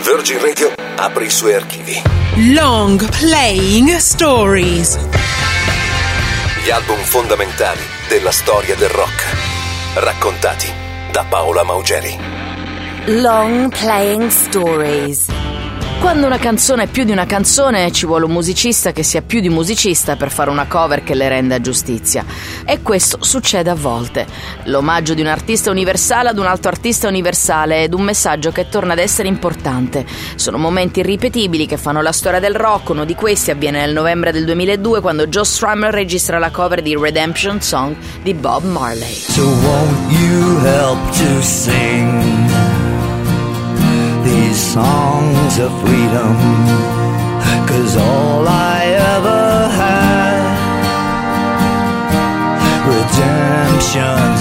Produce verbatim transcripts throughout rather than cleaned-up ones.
Virgin Radio apre i suoi archivi. Long Playing Stories. Gli album fondamentali della storia del rock, raccontati da Paola Maugeri. Long Playing Stories. Quando una canzone è più di una canzone, ci vuole un musicista che sia più di musicista per fare una cover che le renda giustizia. E questo succede a volte. L'omaggio di un artista universale ad un altro artista universale ed un messaggio che torna ad essere importante. Sono momenti irripetibili che fanno la storia del rock. Uno di questi avviene nel novembre del duemiladue, quando Joe Strummer registra la cover di Redemption Song di Bob Marley. So won't you help to sing these songs of freedom, 'cause all I ever had, redemption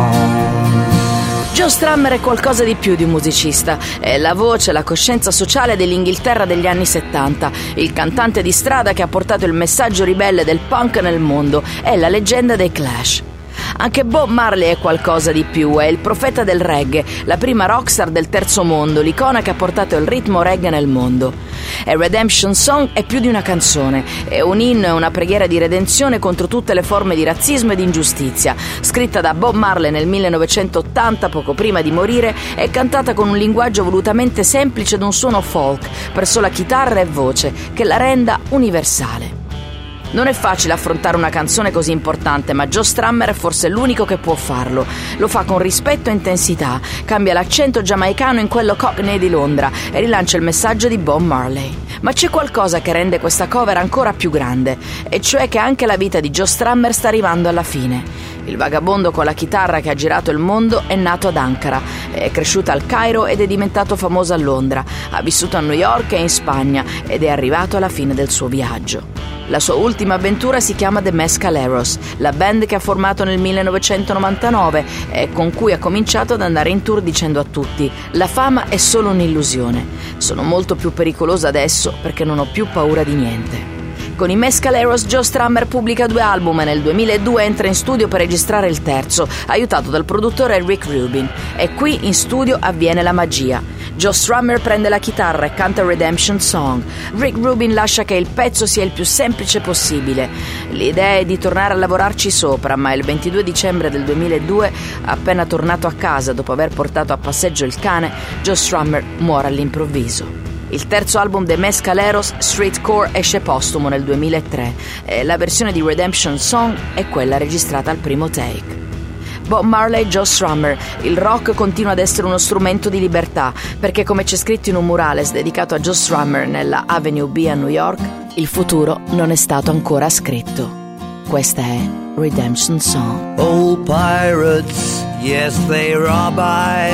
songs. Joe Strummer è qualcosa di più di un musicista. È la voce, la coscienza sociale dell'Inghilterra degli anni settanta, il cantante di strada che ha portato il messaggio ribelle del punk nel mondo, è la leggenda dei Clash. Anche Bob Marley è qualcosa di più, è il profeta del reggae, la prima rockstar del terzo mondo, l'icona che ha portato il ritmo reggae nel mondo. E Redemption Song è più di una canzone, è un inno e una preghiera di redenzione contro tutte le forme di razzismo e di ingiustizia. Scritta da Bob Marley nel millenovecentottanta, poco prima di morire, è cantata con un linguaggio volutamente semplice ed un suono folk, per sola chitarra e voce, che la renda universale. Non è facile affrontare una canzone così importante, ma Joe Strummer è forse l'unico che può farlo. Lo fa con rispetto e intensità, cambia l'accento giamaicano in quello cockney di Londra e rilancia il messaggio di Bob Marley. Ma c'è qualcosa che rende questa cover ancora più grande, e cioè che anche la vita di Joe Strummer sta arrivando alla fine. Il vagabondo con la chitarra che ha girato il mondo è nato ad Ankara, è cresciuto al Cairo ed è diventato famoso a Londra, ha vissuto a New York e in Spagna ed è arrivato alla fine del suo viaggio. La sua ultima avventura si chiama The Mescaleros, la band che ha formato nel millenovecentonovantanove e con cui ha cominciato ad andare in tour dicendo a tutti: la fama è solo un'illusione, sono molto più pericoloso adesso perché non ho più paura di niente. Con i Mescaleros Joe Strummer pubblica due album e nel duemiladue entra in studio per registrare il terzo, aiutato dal produttore Rick Rubin. E qui in studio avviene la magia. Joe Strummer prende la chitarra e canta Redemption Song. Rick Rubin lascia che il pezzo sia il più semplice possibile. L'idea è di tornare a lavorarci sopra, ma il ventidue dicembre del duemiladue, appena tornato a casa dopo aver portato a passeggio il cane, Joe Strummer muore all'improvviso. Il terzo album dei Mescaleros, Streetcore, esce postumo nel duemilatré e la versione di Redemption Song è quella registrata al primo take. Bob Marley, Joe Strummer, il rock continua ad essere uno strumento di libertà, perché come c'è scritto in un murales dedicato a Joe Strummer nella Avenue B a New York, il futuro non è stato ancora scritto. Questa è Redemption Song. Old pirates, yes they rob I,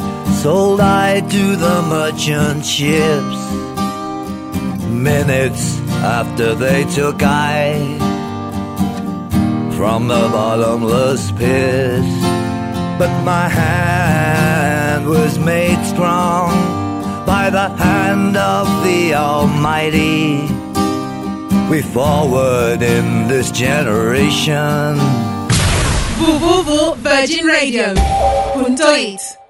sold I to the merchant ships. Minutes after they took I from the bottomless pit, but my hand was made strong by the hand of the Almighty. We forward in this generation. w w w punto virgin radio punto it